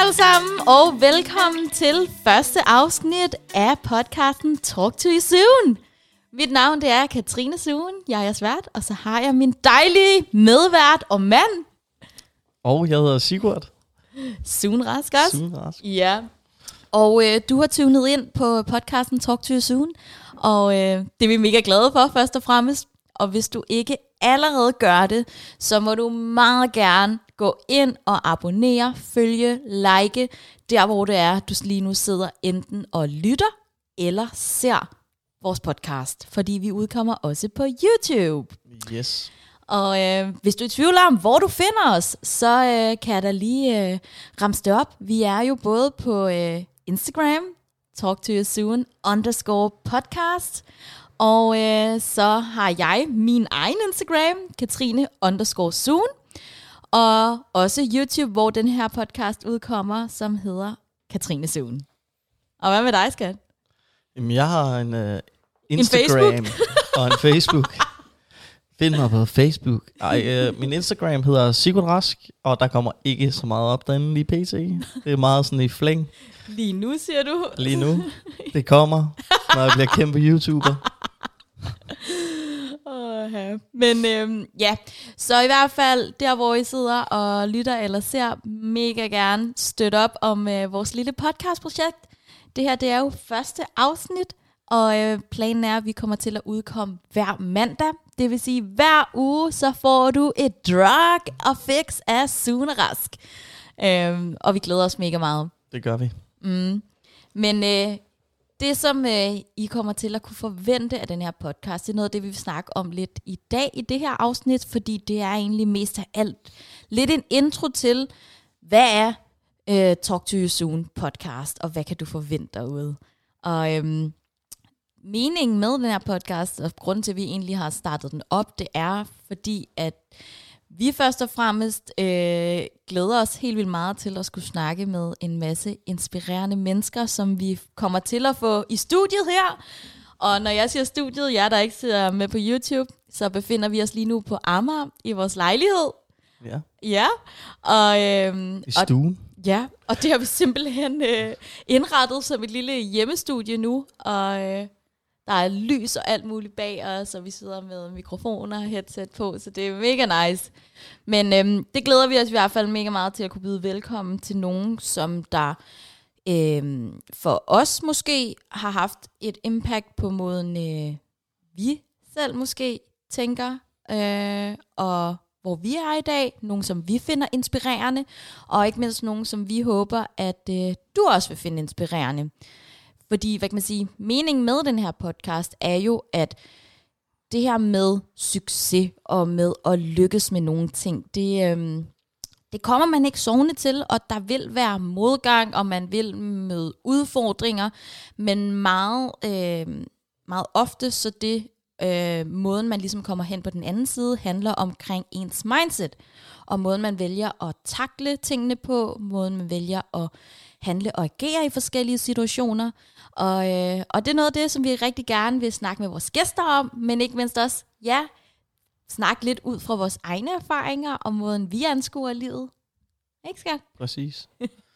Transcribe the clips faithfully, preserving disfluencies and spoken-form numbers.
alle sammen, og velkommen til første afsnit af podcasten Talk to You Soon. Mit navn det er Katrine Soon, jeg er jeres vært, og så har jeg min dejlige medvært og mand. Og jeg hedder Sigurd. Soon Rask også. Soon Rask. Ja. Og øh, du har tunet ind på podcasten Talk to You Soon, og øh, det er vi mega glade for først og fremmest. Og hvis du ikke allerede gør det, så må du meget gerne gå ind og abonnere, følge, like, der hvor det er, du lige nu sidder enten og lytter eller ser vores podcast, fordi vi udkommer også på YouTube. Yes. Og øh, hvis du er i tvivl om, hvor du finder os, så øh, kan jeg da lige øh, ramse det op. Vi er jo både på øh, Instagram, Talk to You Soon underscore podcast, og øh, så har jeg min egen Instagram, Katrine underscore Soon, og også YouTube, hvor den her podcast udkommer, som hedder Katrine Soon. Og hvad med dig, skat? Jamen, jeg har en uh, Instagram en og en Facebook. Find mig på Facebook. Ej, uh, min Instagram hedder Sigurd Rask, og der kommer ikke så meget op derinde lige pt. Det er meget sådan i flæng. Lige nu, siger du? Lige nu. Det kommer, når jeg bliver kæmpe YouTuber. Oh, ja. Men øhm, ja, så i hvert fald der hvor I sidder og lytter eller ser, mega gerne støtte op om øh, vores lille podcastprojekt. Det her det er jo første afsnit, og øh, planen er at vi kommer til at udkomme hver mandag. Det vil sige hver uge så får du et drug og fix af Soon Rask, øhm, og vi glæder os mega meget. Det gør vi. Mm. Men øh, det, som øh, I kommer til at kunne forvente af den her podcast, det er noget af det, vi vil snakke om lidt i dag i det her afsnit, fordi det er egentlig mest af alt lidt en intro til, hvad er øh, Talk to You Soon podcast, og hvad kan du forvente derude. Og øhm, meningen med den her podcast, og grunden til, at vi egentlig har startet den op, det er fordi, at vi først og fremmest øh, glæder os helt vildt meget til at skulle snakke med en masse inspirerende mennesker, som vi kommer til at få i studiet her. Og når jeg siger studiet, jer der ikke sidder med på YouTube, så befinder vi os lige nu på Amager i vores lejlighed. Ja. Ja. Og, øh, I stuen. Og, ja, og det har vi simpelthen øh, indrettet som et lille hjemmestudie nu, og øh, der er lys og alt muligt bag os, og vi sidder med mikrofoner og headset på, så det er mega nice. Men øhm, det glæder vi os i hvert fald mega meget til at kunne byde velkommen til nogen, som der øhm, for os måske har haft et impact på måden, øh, vi selv måske tænker, øh, og hvor vi er i dag. Nogen, som vi finder inspirerende, og ikke mindst nogen, som vi håber, at øh, du også vil finde inspirerende. Fordi, hvad kan man sige, meningen med den her podcast er jo, at det her med succes og med at lykkes med nogle ting, det, øhm, det kommer man ikke sovende til, og der vil være modgang, og man vil møde udfordringer, men meget, øh, meget ofte, så det øh, måden, man ligesom kommer hen på den anden side, handler omkring ens mindset, og måden, man vælger at takle tingene på, måden, man vælger at handle og agere i forskellige situationer. Og, øh, og det er noget af det, som vi rigtig gerne vil snakke med vores gæster om, men ikke mindst også, ja, snakke lidt ud fra vores egne erfaringer og måden, vi anskuer livet. Ikke, skat? Præcis.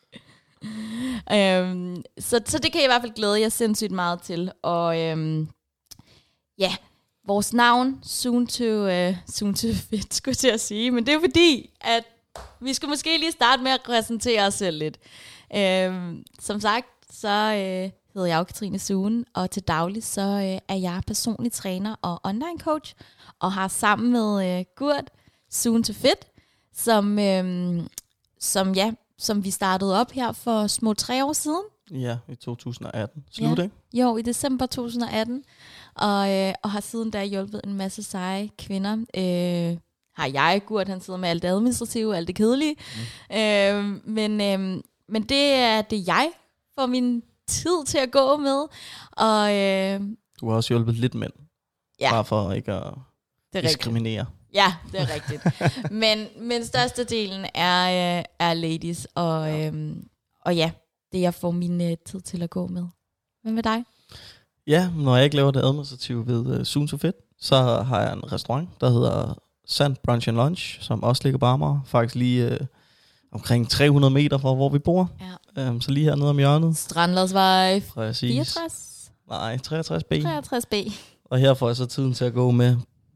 øhm, så, så det kan jeg i hvert fald glæde jer sindssygt meget til. Og øhm, ja, vores navn, Soon to, uh, soon to Fit, skulle jeg til at sige, men det er fordi, at vi skal måske lige starte med at præsentere os selv lidt. Øhm, som sagt, så øh, hedder jeg jo Katrine Soon, og til daglig så øh, er jeg personlig træner og online coach, og har sammen med øh, Gurt Soon to Fit, som, øh, som, ja, som vi startede op her for små tre år siden. Ja, i to tusind og atten. Slut, ja. ikke? Jo, i december to tusind og atten, og, øh, og har siden da hjulpet en masse seje kvinder. Øh, har jeg, Gurt, han sidder med alt det administrative, alt det kedelige, mm. øh, men... Øh, Men det er det, jeg får min tid til at gå med. Og, øh, du har også hjulpet lidt mænd. Ja. Bare for ikke at det diskriminere. Rigtigt. Ja, det er rigtigt. men, men størstedelen er, øh, er ladies. Og ja. Øh, og ja, det jeg får min øh, tid til at gå med. Hvad med dig? Ja, når jeg ikke laver det administrative ved uh, Soon to Fit, så har jeg en restaurant, der hedder Sand Brunch and Lunch, som også ligger på Amager. Faktisk lige... Uh, omkring tre hundrede meter fra, hvor vi bor. Ja. Um, så lige hernede om hjørnet. Strandladsvej Præcis. fireogtres. Nej, treogtres B. treogtres B. Og her får jeg så tiden til at gå med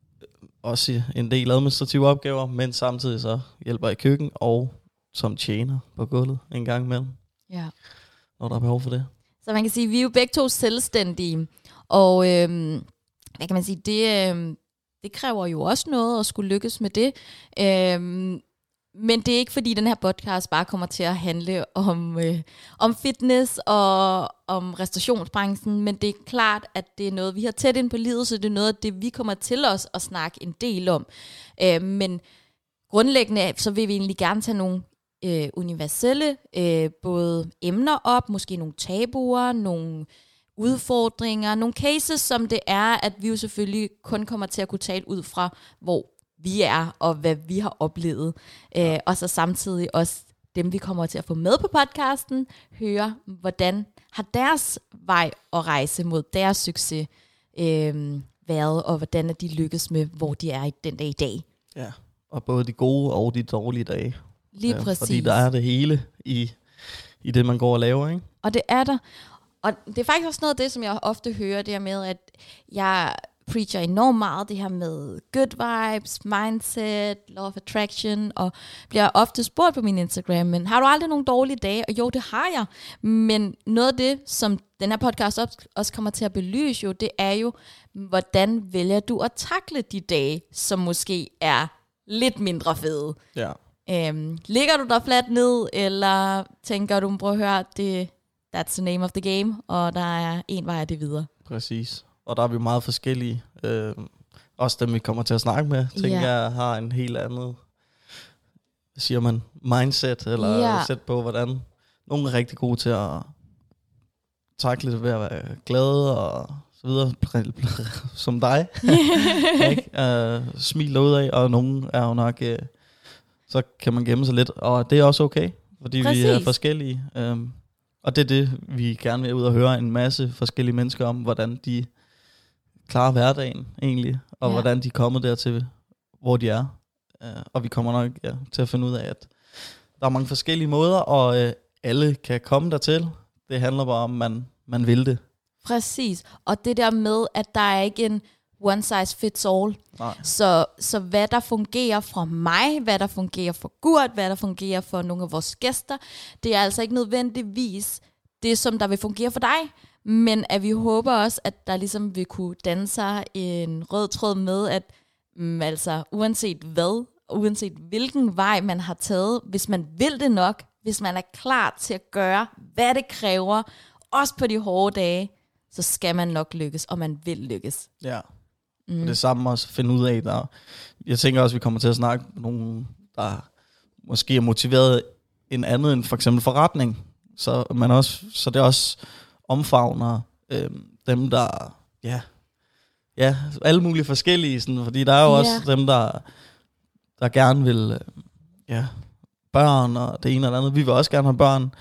også en del administrative opgaver, men samtidig så hjælper jeg i køkken og som tjener på gulvet en gang imellem, Ja. når der er behov for det. Så man kan sige, at vi er jo begge to selvstændige, og øhm, hvad kan man sige, det, øhm, det kræver jo også noget at skulle lykkes med det. Øhm, men det er ikke fordi, den her podcast bare kommer til at handle om, øh, om fitness og om restaurationsbranchen, men det er klart, at det er noget, vi har tæt ind på livet, så det er noget af det, vi kommer til os at snakke en del om. Øh, men grundlæggende, så vil vi egentlig gerne tage nogle øh, universelle øh, både emner op, måske nogle tabuer, nogle udfordringer, nogle cases, som det er, at vi jo selvfølgelig kun kommer til at kunne tale ud fra, hvor vi er, og hvad vi har oplevet. Øh, og så samtidig også dem, vi kommer til at få med på podcasten, høre, hvordan har deres vej og rejse mod deres succes øh, været, og hvordan er de lykkes med, hvor de er i den dag i dag. Ja, og både de gode og de dårlige dage. Lige ja, præcis. Fordi der er det hele i, i det, man går og laver, ikke? Og det er der. Og det er faktisk også noget af det, som jeg ofte hører, det her med, at jeg preacher enormt meget det her med good vibes, mindset, law of attraction, og bliver ofte spurgt på min Instagram, men har du aldrig nogle dårlige dage? Og jo, det har jeg. Men noget af det, som den her podcast også kommer til at belyse jo, det er jo, hvordan vælger du at takle de dage, som måske er lidt mindre fede? Ja. Øhm, ligger du der fladt ned, eller tænker du, prøv at høre, det, that's the name of the game, og der er en vej af det videre. Præcis. Og der er vi meget forskellige. Øh, også dem, vi kommer til at snakke med, tænker Ja. jeg, har en helt andet, hvad siger man, mindset, eller Ja. sæt på, hvordan nogle er rigtig gode til at takle det ved at være glade, og så videre, som dig. Ikke? Øh, smil ud af, og nogle er jo nok, øh, så kan man gemme sig lidt, og det er også okay, fordi Præcis. vi er forskellige. Øh, og det er det, vi gerne vil ud og høre en masse forskellige mennesker om, hvordan de klarer hverdagen egentlig, og Ja. hvordan de er kommet dertil, hvor de er. Uh, og vi kommer nok ja, til at finde ud af, at der er mange forskellige måder, og uh, alle kan komme dertil. Det handler bare om, man, man vil det. Præcis. Og det der med, at der er ikke en one size fits all. Nej. Så, så hvad der fungerer for mig, hvad der fungerer for Gurt, hvad der fungerer for nogle af vores gæster, det er altså ikke nødvendigvis det, som der vil fungere for dig. Men at vi håber også, at der ligesom vil kunne danne sig en rød tråd med, at mm, altså uanset hvad, uanset hvilken vej man har taget, hvis man vil det nok, hvis man er klar til at gøre, hvad det kræver, også på de hårde dage, så skal man nok lykkes, og man vil lykkes. Ja. Mm. Og det samme også at finde ud af, der, jeg tænker også, at vi kommer til at snakke med nogen, der måske er motiveret en andet end for eksempel forretning. Så, man også, så det også omfavner øh, dem, der, ja, ja, alle mulige forskellige, sådan, fordi der er jo Ja. også dem, der, der gerne vil, øh, ja, børn og det ene og det andet. Vi vil også gerne have børn,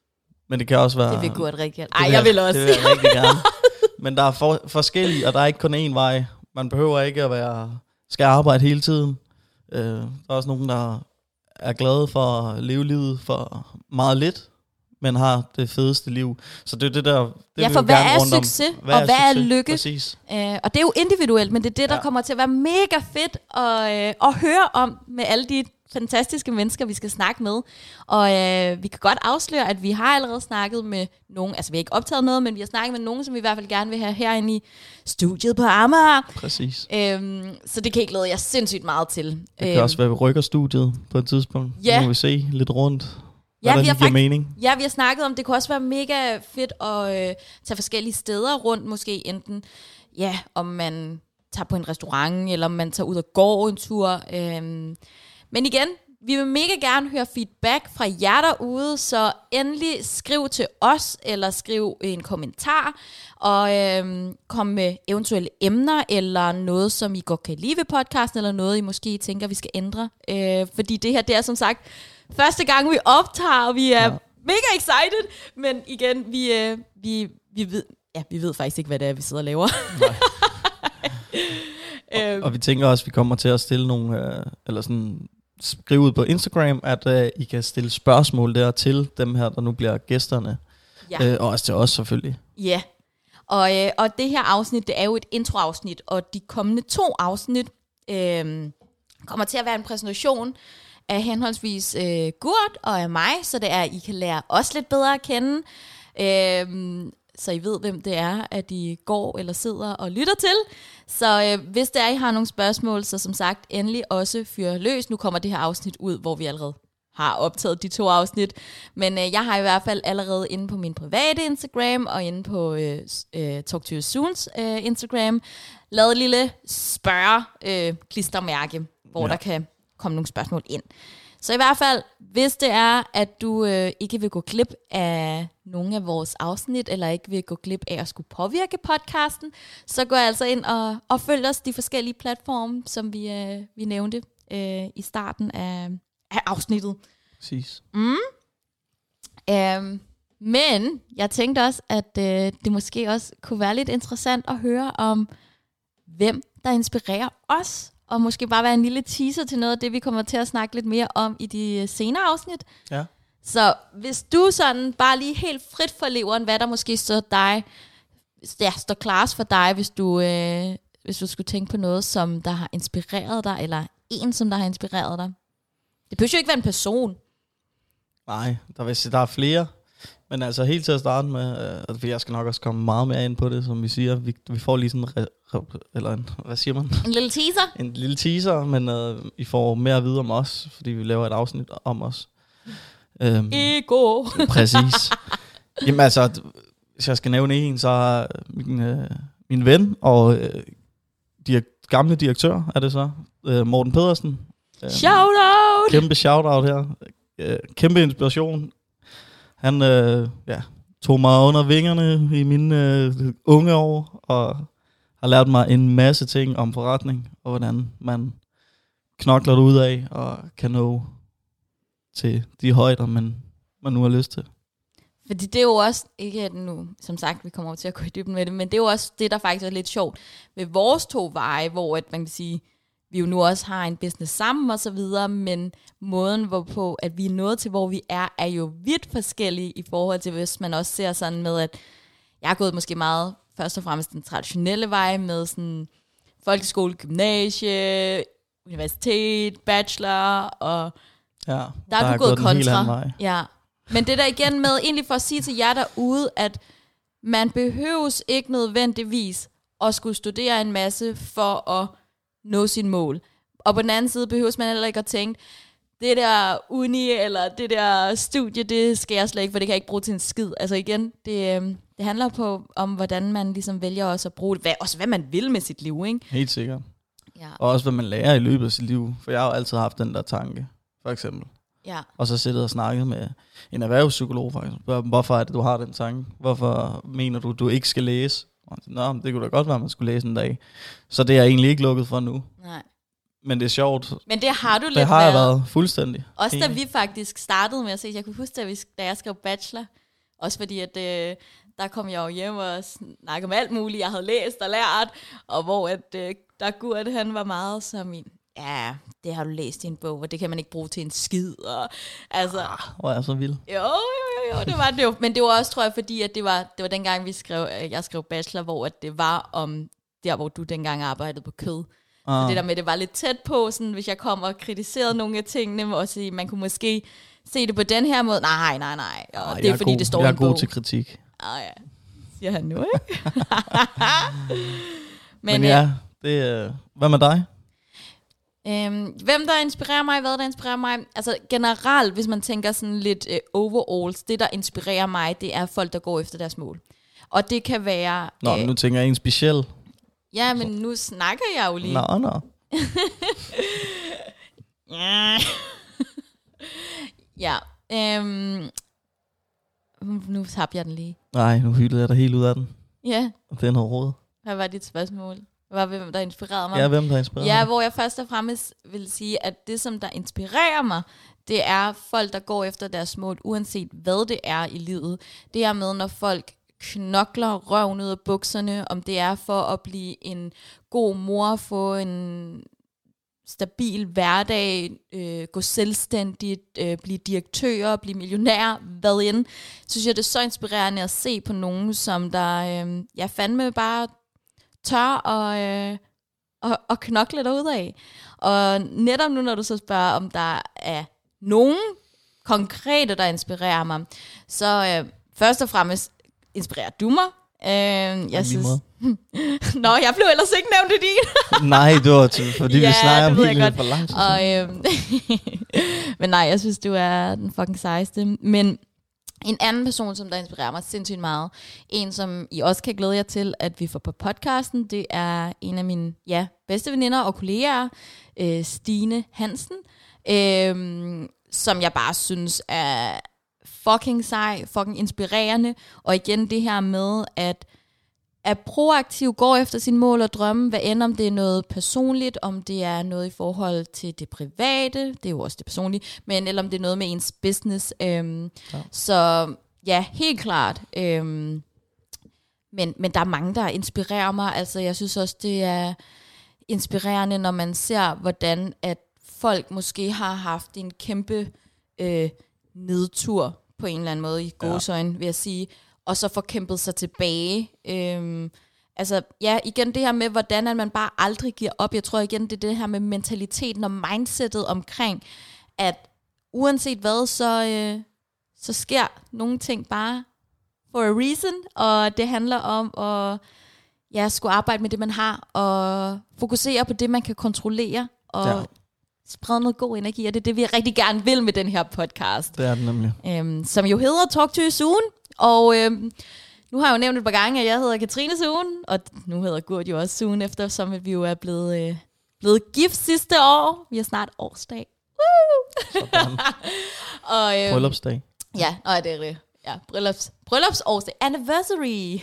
men det kan også være... Det vil Gurt rigtig gerne. Det Ej, jeg vil også. Det vil jeg rigtig gerne. Men der er for, forskellige, og der er ikke kun én vej. Man behøver ikke at være, skal arbejde hele tiden. Øh, der er også nogen, der er glade for at leve livet for meget lidt, men har det fedeste liv. Så det er det der... Det Ja, vil for vi hvad gerne er rundt om. succes, og hvad er lykke? Præcis. Øh, og det er jo individuelt, men det er det, der Ja. kommer til at være mega fedt at, øh, at høre om med alle de fantastiske mennesker, vi skal snakke med. Og øh, vi kan godt afsløre, at vi har allerede snakket med nogen, altså vi har ikke optaget noget, men vi har snakket med nogen, som vi i hvert fald gerne vil have herinde i studiet på Amager. Præcis. Øhm, så det kan jeg glæde jer sindssygt meget til. Det kan også være, at vi rykker studiet på et tidspunkt. Ja. Nu må vi se lidt rundt. Ja, Hvad vi der har giver fakt- mening. Ja, vi har snakket om, det kunne også være mega fedt at øh, tage forskellige steder rundt, måske enten, ja, om man tager på en restaurant, eller om man tager ud og går en tur. Øhm. Men igen, vi vil mega gerne høre feedback fra jer derude, så endelig skriv til os, eller skriv en kommentar, og øhm, kom med eventuelle emner, eller noget, som I godt kan lide ved podcasten, eller noget, I måske tænker, vi skal ændre. Øh, fordi det her, det er som sagt første gang, vi optager, og vi er ja. mega excited, men igen, vi, øh, vi, vi, ved, ja, vi ved faktisk ikke, hvad det er, vi sidder og laver. og, og vi tænker også, at vi kommer til at stille nogle, øh, eller sådan skrive ud på Instagram, at øh, I kan stille spørgsmål der til dem her, der nu bliver gæsterne. Ja. Øh, og også til os selvfølgelig. Ja, og, øh, og det her afsnit, det er jo et introafsnit, og de kommende to afsnit øh, kommer til at være en præsentation af henholdsvis øh, Gurt og af mig, så det er, at I kan lære os lidt bedre at kende, øh, så I ved, hvem det er, at I går eller sidder og lytter til. Så øh, hvis det er, I har nogle spørgsmål, så som sagt, endelig også fyr løs. Nu kommer det her afsnit ud, hvor vi allerede har optaget de to afsnit. Men øh, jeg har i hvert fald allerede inde på min private Instagram og inde på øh, øh, Talk to Your Soons øh, Instagram lavet et lille spørge-klistermærke, øh, hvor ja. der kan komme nogle spørgsmål ind. Så i hvert fald, hvis det er, at du øh, ikke vil gå glip af nogle af vores afsnit, eller ikke vil gå glip af at skulle påvirke podcasten, så gå altså ind og, og følg os de forskellige platforme, som vi, øh, vi nævnte øh, i starten af, af afsnittet. Præcis. Mm. Um, men jeg tænkte også, at øh, det måske også kunne være lidt interessant at høre om, hvem der inspirerer os, og måske bare være en lille teaser til noget af det, vi kommer til at snakke lidt mere om i de senere afsnit. Ja. Så hvis du sådan bare lige helt frit for leveren, hvad der måske står dig, ja, står klart for dig, hvis du, øh, hvis du skulle tænke på noget, som der har inspireret dig, eller en, som der har inspireret dig. Det behøver jo ikke være en person. Nej, der, vil sige, der er flere. Men altså helt til at starte med, øh, jeg skal nok også komme meget mere ind på det, som vi siger. Vi, vi får lige sådan en, re, re, eller en, hvad siger man? En lille teaser? En lille teaser, men øh, I får mere at vide om os, fordi vi laver et afsnit om os. Øhm, Ego! Præcis. Jamen altså, hvis jeg skal nævne en, så er min, øh, min ven og øh, direk- gamle direktør, er det så, øh, Morten Pedersen. Øh, shout out! Kæmpe shout out her. Øh, kæmpe inspiration. Han øh, ja, tog mig under vingerne i mine øh, unge år, og har lært mig en masse ting om forretning, og hvordan man knokler det ud af, og kan nå til de højder, man, man nu har lyst til. Fordi det er jo også, ikke at nu, som sagt, vi kommer over til at gå i dybden med det, men det er jo også det, der faktisk er lidt sjovt ved vores to veje, hvor at man kan sige, vi jo nu også har en business sammen og så videre, men måden, hvorpå at vi er nået til, hvor vi er, er jo vidt forskellige i forhold til, hvis man også ser sådan med, at jeg har gået måske meget, først og fremmest den traditionelle vej med sådan folkeskole, gymnasie, universitet, bachelor, og ja, der, der er du gået kontra. Ja. Men det der igen med, egentlig for at sige til jer derude, at man behøves ikke nødvendigvis at skulle studere en masse for at nå sin mål. Og på den anden side behøves man heller ikke at tænke, det der uni eller det der studie, det skal jeg slet ikke, for det kan jeg ikke bruge til en skid. Altså igen, det, det handler på om, hvordan man ligesom vælger også at bruge det. Hvad, også hvad man vil med sit liv, ikke? Helt sikkert. Ja. Og også hvad man lærer i løbet af sit liv. For jeg har jo altid haft den der tanke, for eksempel. Ja. Og så siddet og snakket med en erhvervspsykolog, faktisk. Hvorfor er det, du har den tanke? Hvorfor mener du, du ikke skal læse? Nå, det kunne da godt være, at man skulle læse en dag. Så det er jeg egentlig ikke lukket for nu. Nej. Men det er sjovt. Men det har du lidt været. Det har jeg været fuldstændig. Også da vi faktisk startede med at se, jeg kunne huske, da, vi, da jeg skrev bachelor, også fordi, at øh, der kom jeg jo hjem og snakkede om alt muligt, jeg havde læst og lært, og hvor at, øh, der Gurt, han var meget som en, ja, det har du læst i en bog, og det kan man ikke bruge til en skid. Og, altså, ah, hvor er jeg så vild. Jo, jo, jo, jo, det var det jo. Men det var også, tror jeg, fordi at det var, det var dengang, vi skrev, jeg skrev bachelor, hvor at det var om der, hvor du dengang arbejdede på kød. Ah. Så det der med, det var lidt tæt på, sådan, hvis jeg kom og kritiserede nogle af tingene, og sige, man kunne måske se det på den her måde. Nej, nej, nej. Og ah, det er, er fordi, god, det står i en en bog. Jeg er god til kritik. Ah ja, siger han nu, ikke? Men, Men ja, det, øh, hvad med dig? Øhm, hvem der inspirerer mig, hvad der inspirerer mig? Altså generelt, hvis man tænker sådan lidt øh, overalls, det der inspirerer mig, det er folk, der går efter deres mål. Og det kan være... Nå, øh, nu tænker jeg en speciel. Ja, men nu snakker jeg jo lige. Nå, nå. ja, øhm, nu tabte jeg den lige. Nej, nu hyldede jeg dig helt ud af den. Ja. Og det er noget råd. Hvad var dit spørgsmål? Hvad var hvem, der inspirerede mig? Ja, hvem der inspirerede Ja, mig? hvor jeg først og fremmest vil sige, at det, som der inspirerer mig, det er folk, der går efter deres mål, uanset hvad det er i livet. Det er med, når folk knokler røven ud af bukserne, om det er for at blive en god mor, få en stabil hverdag, øh, gå selvstændigt, øh, blive direktør, blive millionær, hvad end, synes jeg, det er så inspirerende at se på nogen, som der, øh, jeg fandme bare tør og, øh, og, og knokle derudad. Og netop nu, når du så spørger, om der er nogen konkrete, der inspirerer mig, så øh, først og fremmest inspirerer du mig. Øh, jeg synes... Nå, jeg blev ellers ikke nævnt i din. Nej, det var til, fordi ja, vi snakker om helt for langt. Og, øhm, men nej, jeg synes, du er den fucking sejeste. Men en anden person, som der inspirerer mig sindssygt meget, en som I også kan glæde jer til, at vi får på podcasten, det er en af mine ja, bedste veninder og kolleger, øh, Stine Hansen, øh, som jeg bare synes er fucking sej, fucking inspirerende. Og igen det her med, at er proaktiv, går efter sine mål og drømme, hvad end om det er noget personligt, om det er noget i forhold til det private, det er jo også det personlige, men eller om det er noget med ens business. Øhm, ja. Så ja, helt klart. Øhm, men, men der er mange, der inspirerer mig. Altså jeg synes også, det er inspirerende, når man ser, hvordan at folk måske har haft en kæmpe øh, nedtur på en eller anden måde i gåseøjne, ja. vil jeg sige, og så får kæmpet sig tilbage. Øhm, altså, ja, igen det her med, hvordan at man bare aldrig giver op. Jeg tror igen, det er det her med mentaliteten og mindsetet omkring, at uanset hvad, så, øh, så sker nogle ting bare for a reason, og det handler om at ja, skulle arbejde med det, man har, og fokusere på det, man kan kontrollere, og ja. sprede noget god energi, og det er det, vi rigtig gerne vil med den her podcast. Det er det nemlig. Øhm, som jo hedder Talk to You Soon. Og øhm, nu har jeg jo nævnt et par gange, at jeg hedder Katrine Soon, og nu hedder Gurt jo også Soon, eftersom vi jo er blevet, øh, blevet gift sidste år. Vi har snart årsdag. Sådan. og, øhm, Bryllupsdag. Ja, og det er det. Ja, bryllups, bryllupsårsdag. Anniversary.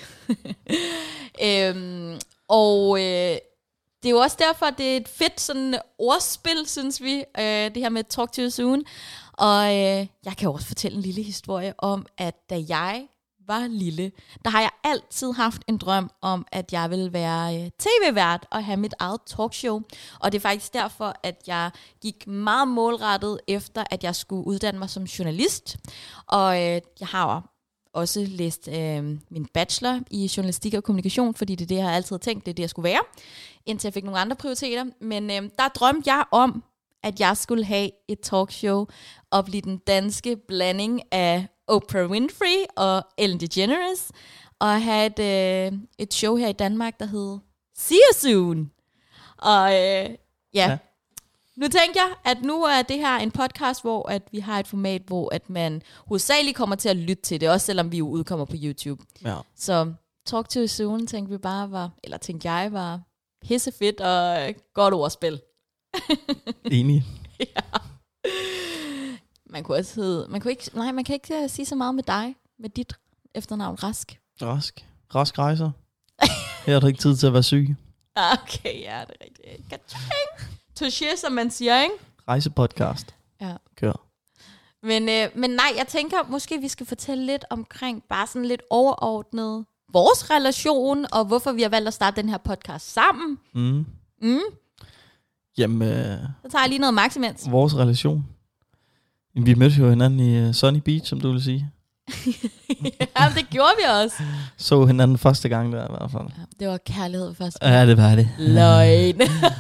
øhm, og øh, det er jo også derfor, at det er et fedt sådan ordspil, synes vi, øh, det her med Talk to You Soon. Og øh, jeg kan også fortælle en lille historie om, at da jeg var lille, der har jeg altid haft en drøm om, at jeg ville være øh, tv-vært og have mit eget talkshow. Og det er faktisk derfor, at jeg gik meget målrettet efter, at jeg skulle uddanne mig som journalist. Og øh, jeg har også læst øh, min bachelor i journalistik og kommunikation, fordi det er det, jeg har altid tænkt, det er det, jeg skulle være, indtil jeg fik nogle andre prioriteter. Men øh, der drømte jeg om, at jeg skulle have et talkshow og blive den danske blanding af Oprah Winfrey og Ellen DeGeneres, og have et, øh, et show her i Danmark, der hed See You Soon. Og øh, ja. ja, nu tænker jeg, at nu er det her en podcast, hvor at vi har et format, hvor at man hovedsageligt kommer til at lytte til det, også selvom vi jo udkommer på YouTube. Ja. Så Talk to You Soon, tænkte vi bare var, eller tænkte jeg var pissefedt og godt ordspil. Enig. Ja. Man kunne også hedde, man kunne ikke, nej, man kan ikke uh, sige så meget med dig, med dit efternavn, Rask. Rask. Rask rejser. Her er der ikke tid til at være syg. Okay, ja, det er rigtigt. Touché, som man siger, ikke? Rejsepodcast. Ja. Kør. Men, øh, men nej, jeg tænker, måske vi skal fortælle lidt omkring, bare sådan lidt overordnet, vores relation, og hvorfor vi har valgt at starte den her podcast sammen. Mm. Mm. Jamen, øh, så tager jeg lige noget max imens. Vores relation. Vi mødte jo hinanden i uh, Sunny Beach, som du vil sige. Ja, det gjorde vi også. Så hinanden første gang der i hvert fald. Ja, det var kærlighed første gang. Ja, det var det. Løgn.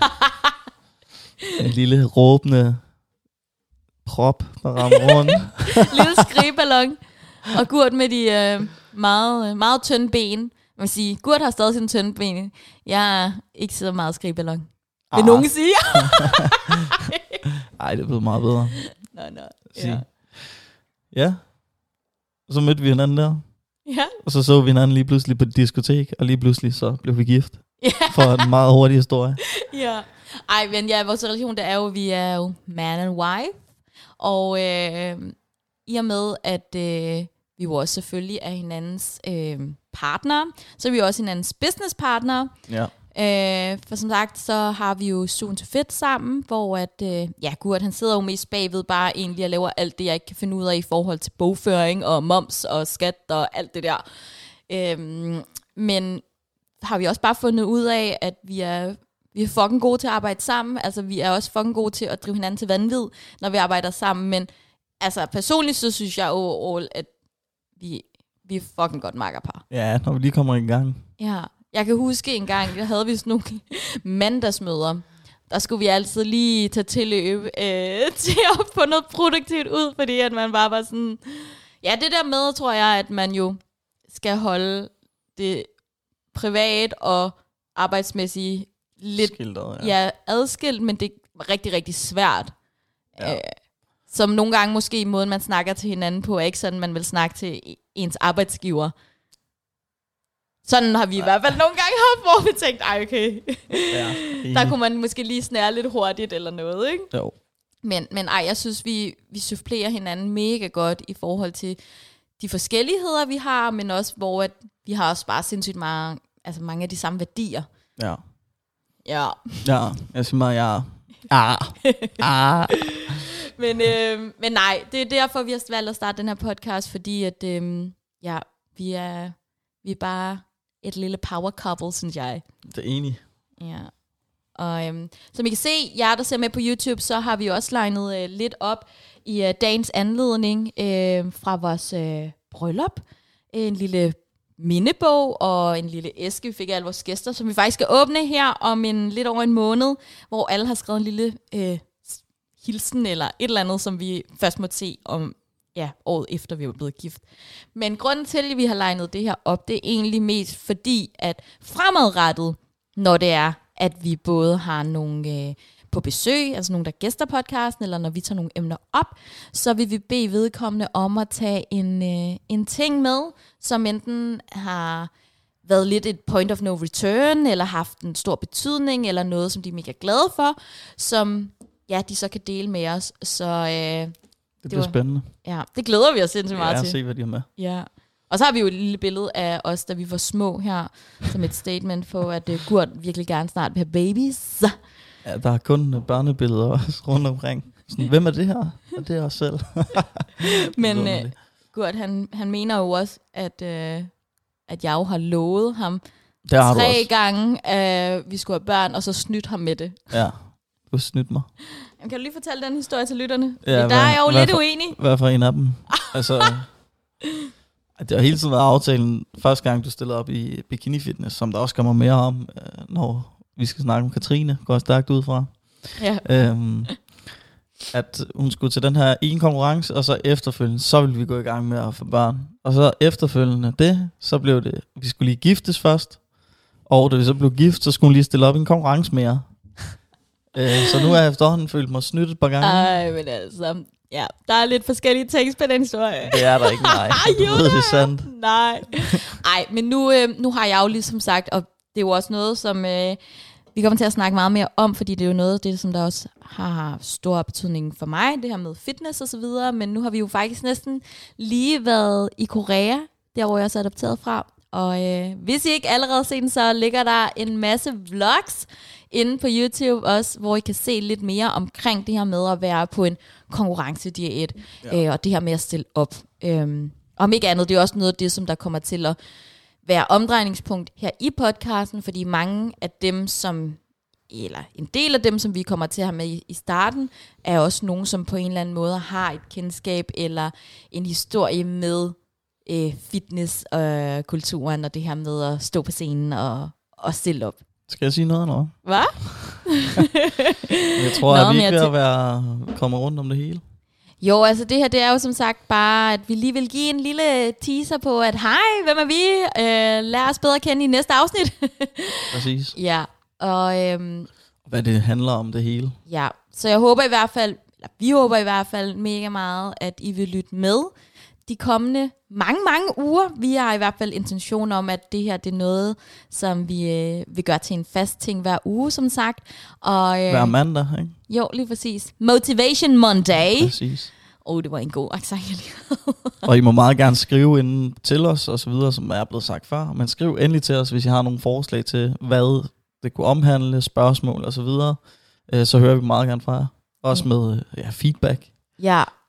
En lille råbende prop, der rammer rundt. Lille skrigeballon. Og Gurt med de øh, meget, meget tynde ben. Man kan sige, Gurt har stadig sine tynde ben. Jeg er ikke så meget skrigeballon. Vil ah. nogen sige? Ej, det er blevet meget bedre. Nå, nå. Ja. Ja. Og så mødte vi hinanden der. Ja. Og så så vi hinanden lige pludselig på et diskotek, og lige pludselig så blev vi gift. Ja. For en meget hurtig historie. Ja. Ej, men ja, vores relation, det er jo, vi er jo man and wife. Og øh, i og med, at øh, vi jo også selvfølgelig er hinandens øh, partner, så er vi også hinandens businesspartner. Ja. Øh, for som sagt, så har vi jo Soon to Fit sammen, hvor at, øh, ja, Gurt, han sidder jo mest bagved bare egentlig og laver alt det, jeg ikke kan finde ud af i forhold til bogføring og moms og skat og alt det der. Øh, men har vi også bare fundet ud af, at vi er vi er fucking gode til at arbejde sammen. Altså, vi er også fucking gode til at drive hinanden til vanvid, når vi arbejder sammen. Men altså, personligt så synes jeg overall, at vi, vi er fucking godt makkerpar. Ja, når vi lige kommer i gang. Ja, jeg kan huske en gang, der havde vi sådan nogle mandagsmøder. Der skulle vi altid lige tage tilløb øh, til at få noget produktivt ud, fordi at man bare var sådan... Ja, det der med, tror jeg, at man jo skal holde det privat og arbejdsmæssigt lidt Skildret, ja. Ja, adskilt, men det er rigtig, rigtig svært. Ja. Øh, som nogle gange måske i måden, man snakker til hinanden på, er ikke sådan, man vil snakke til ens arbejdsgiver. Sådan har vi i hvert fald nogle gange haft, hvor vi tænkte, ej okay, ja, der kunne man måske lige snære lidt hurtigt eller noget, ikke? Jo. Men, men ej, jeg synes, vi, vi supplerer hinanden mega godt i forhold til de forskelligheder, vi har, men også, hvor at vi har også bare sindssygt mange, altså mange af de samme værdier. Ja. Ja. Ja, jeg siger meget ja. Ja. Ah. men, øh, men nej, det er derfor, vi har valgt at starte den her podcast, fordi at, øh, ja, vi er, vi er bare et lille power couple, synes jeg. Det er enig. Ja. Og øhm, som I kan se, jer der ser med på YouTube, så har vi også legnet øh, lidt op i øh, dagens anledning øh, fra vores øh, bryllup. En lille mindebog og en lille æske. Vi fik alle vores gæster, som vi faktisk skal åbne her om en lidt over en måned, hvor alle har skrevet en lille øh, hilsen eller et eller andet, som vi først måtte se om ja, året efter, vi var blevet gift. Men grunden til, at vi har legnet det her op, det er egentlig mest fordi, at fremadrettet, når det er, at vi både har nogle øh, på besøg, altså nogle, der gæster podcasten, eller når vi tager nogle emner op, så vil vi bede vedkommende om at tage en, øh, en ting med, som enten har været lidt et point of no return, eller haft en stor betydning, eller noget, som de er mega glade for, som ja, de så kan dele med os. Så, øh, det, det bliver var, spændende. Ja, det glæder vi os sindssygt meget ja, til. Ja, se hvad de har med. Ja. Og så har vi jo et lille billede af os, da vi var små her, som et statement for, at uh, Gurt virkelig gerne snart vil have babies. Ja, der er kun børnebilleder også rundt omkring. Sådan, hvem er det her? Og det er os selv. Men uh, Gurt, han, han mener jo også, at, uh, at jeg jo har lovet ham tre gange, at uh, vi skulle have børn, og så snydt ham med det. Ja, du har snydt mig. Jamen, kan du lige fortælle den historie til lytterne? Ja, der hvad, er jeg jo lidt for, uenig. Hvad for en af dem? altså... Det har hele tiden været aftalen, første gang du stillede op i Bikini Fitness, som der også kommer mere om, når vi skal snakke om Katrine, går stærkt ud fra. Ja. Øhm, at hun skulle til den her ene konkurrence, og så efterfølgende, så ville vi gå i gang med at få børn. Og så efterfølgende det, så blev det, vi skulle lige giftes først, og da vi så blev gift, så skulle hun lige stille op i en konkurrence mere. øh, så nu er jeg efterhånden følt mig snydt et par gange. Ej, men altså... Ja, der er lidt forskellige tekst på den historie. Det er der ikke, nej. Du ved, det er sandt. Nej. Ej, men nu, øh, nu har jeg jo ligesom sagt, og det er jo også noget, som øh, vi kommer til at snakke meget mere om, fordi det er jo noget af det, som der også har stor betydning for mig, det her med fitness og så videre, men nu har vi jo faktisk næsten lige været i Korea, der hvor jeg er adopteret fra, og øh, hvis I ikke allerede har set den, så ligger der en masse vlogs inde på YouTube også, hvor I kan se lidt mere omkring det her med at være på en konkurrencediæt, ja. øh, og det her med at stille op. Øhm, om ikke andet, det er også noget af det, som der kommer til at være omdrejningspunkt her i podcasten, fordi mange af dem, som, eller en del af dem, som vi kommer til at have med i, i starten, er også nogen, som på en eller anden måde har et kendskab eller en historie med øh, fitness og kulturen, og det her med at stå på scenen og, og stille op. Skal jeg sige noget eller hvad? Hvad? jeg tror, Nå, at vi ikke er ved at være kommet rundt om det hele. Jo, altså det her, det er jo som sagt bare, at vi lige vil give en lille teaser på, at hej, hvem er vi? Øh, lad os bedre kende i næste afsnit. Præcis. Ja, og... Øhm, hvad det handler om det hele. Ja, så jeg håber i hvert fald, eller vi håber i hvert fald mega meget, at I vil lytte med de kommende mange, mange uger. Vi har i hvert fald intention om, at det her det er noget, som vi øh, vil gøre til en fast ting hver uge, som sagt. Og, øh, hver mandag, ikke? Jo, lige præcis. Motivation Monday. Præcis. Åh, oh, det var en god accent, jeg lige Og I må meget gerne skrive inden til os, og så videre, som er blevet sagt før. Men skriv endelig til os, hvis I har nogle forslag til, hvad det kunne omhandle, spørgsmål og så videre. Øh, så hører vi meget gerne fra jer. Også med ja, feedback. Ja,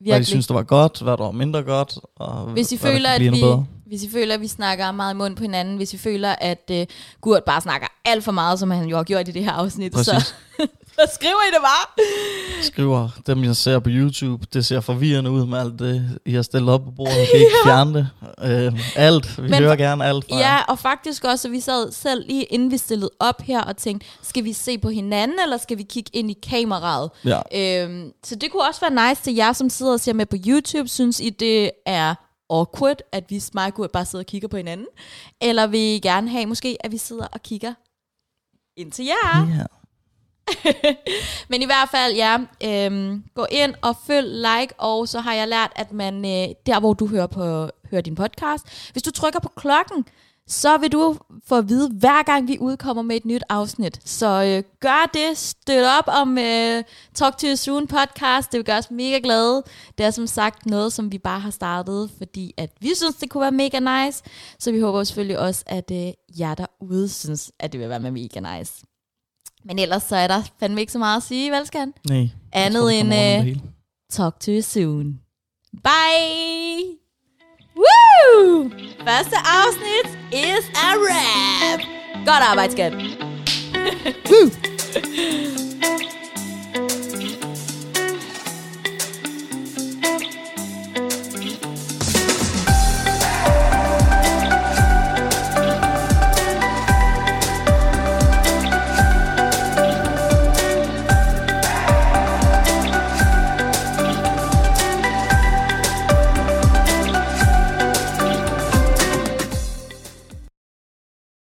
Hvad I synes, der var godt, hvad der var mindre godt, og hvis I hvad føler, der at blive vi, bedre. Hvis I føler, at vi snakker meget i mund på hinanden, hvis I føler, at uh, Gurt bare snakker alt for meget, som han jo har gjort i det her afsnit, så, så skriver I det bare. Skriver dem, jeg ser på YouTube, det ser forvirrende ud med alt det, I har stillet op på bordet, jeg kan ikke fjerne det. Uh, alt, vi Men, hører gerne alt fra Ja, og faktisk også, at vi sad selv lige inden vi stillede op her og tænkte, skal vi se på hinanden, eller skal vi kigge ind i kameraet? Ja. Uh, så det kunne også være nice til jer, som sidder og ser med på YouTube. Synes I, det er awkward, at vi meget godt bare sidder og kigger på hinanden? Eller vil I gerne have måske, at vi sidder og kigger ind til jer? Ja. Men i hvert fald, ja, øhm, gå ind og følg, like, og så har jeg lært, at man, øh, der hvor du hører, på, hører din podcast, hvis du trykker på klokken, så vil du få at vide, hver gang vi udkommer med et nyt afsnit. Så øh, gør det, støt op om øh, Talk to You Soon podcast, det vil gøre os mega glade. Det er som sagt noget, som vi bare har startet, fordi at vi synes, det kunne være mega nice. Så vi håber selvfølgelig også, at øh, jer derude synes, at det vil være mega nice. Men ellers så er der fandme ikke så meget at sige, vel, Skan? Nej. Andet end uh, Talk to You Soon. Bye! Woo! Første afsnit is a wrap! Godt arbejde, Skan! Woo!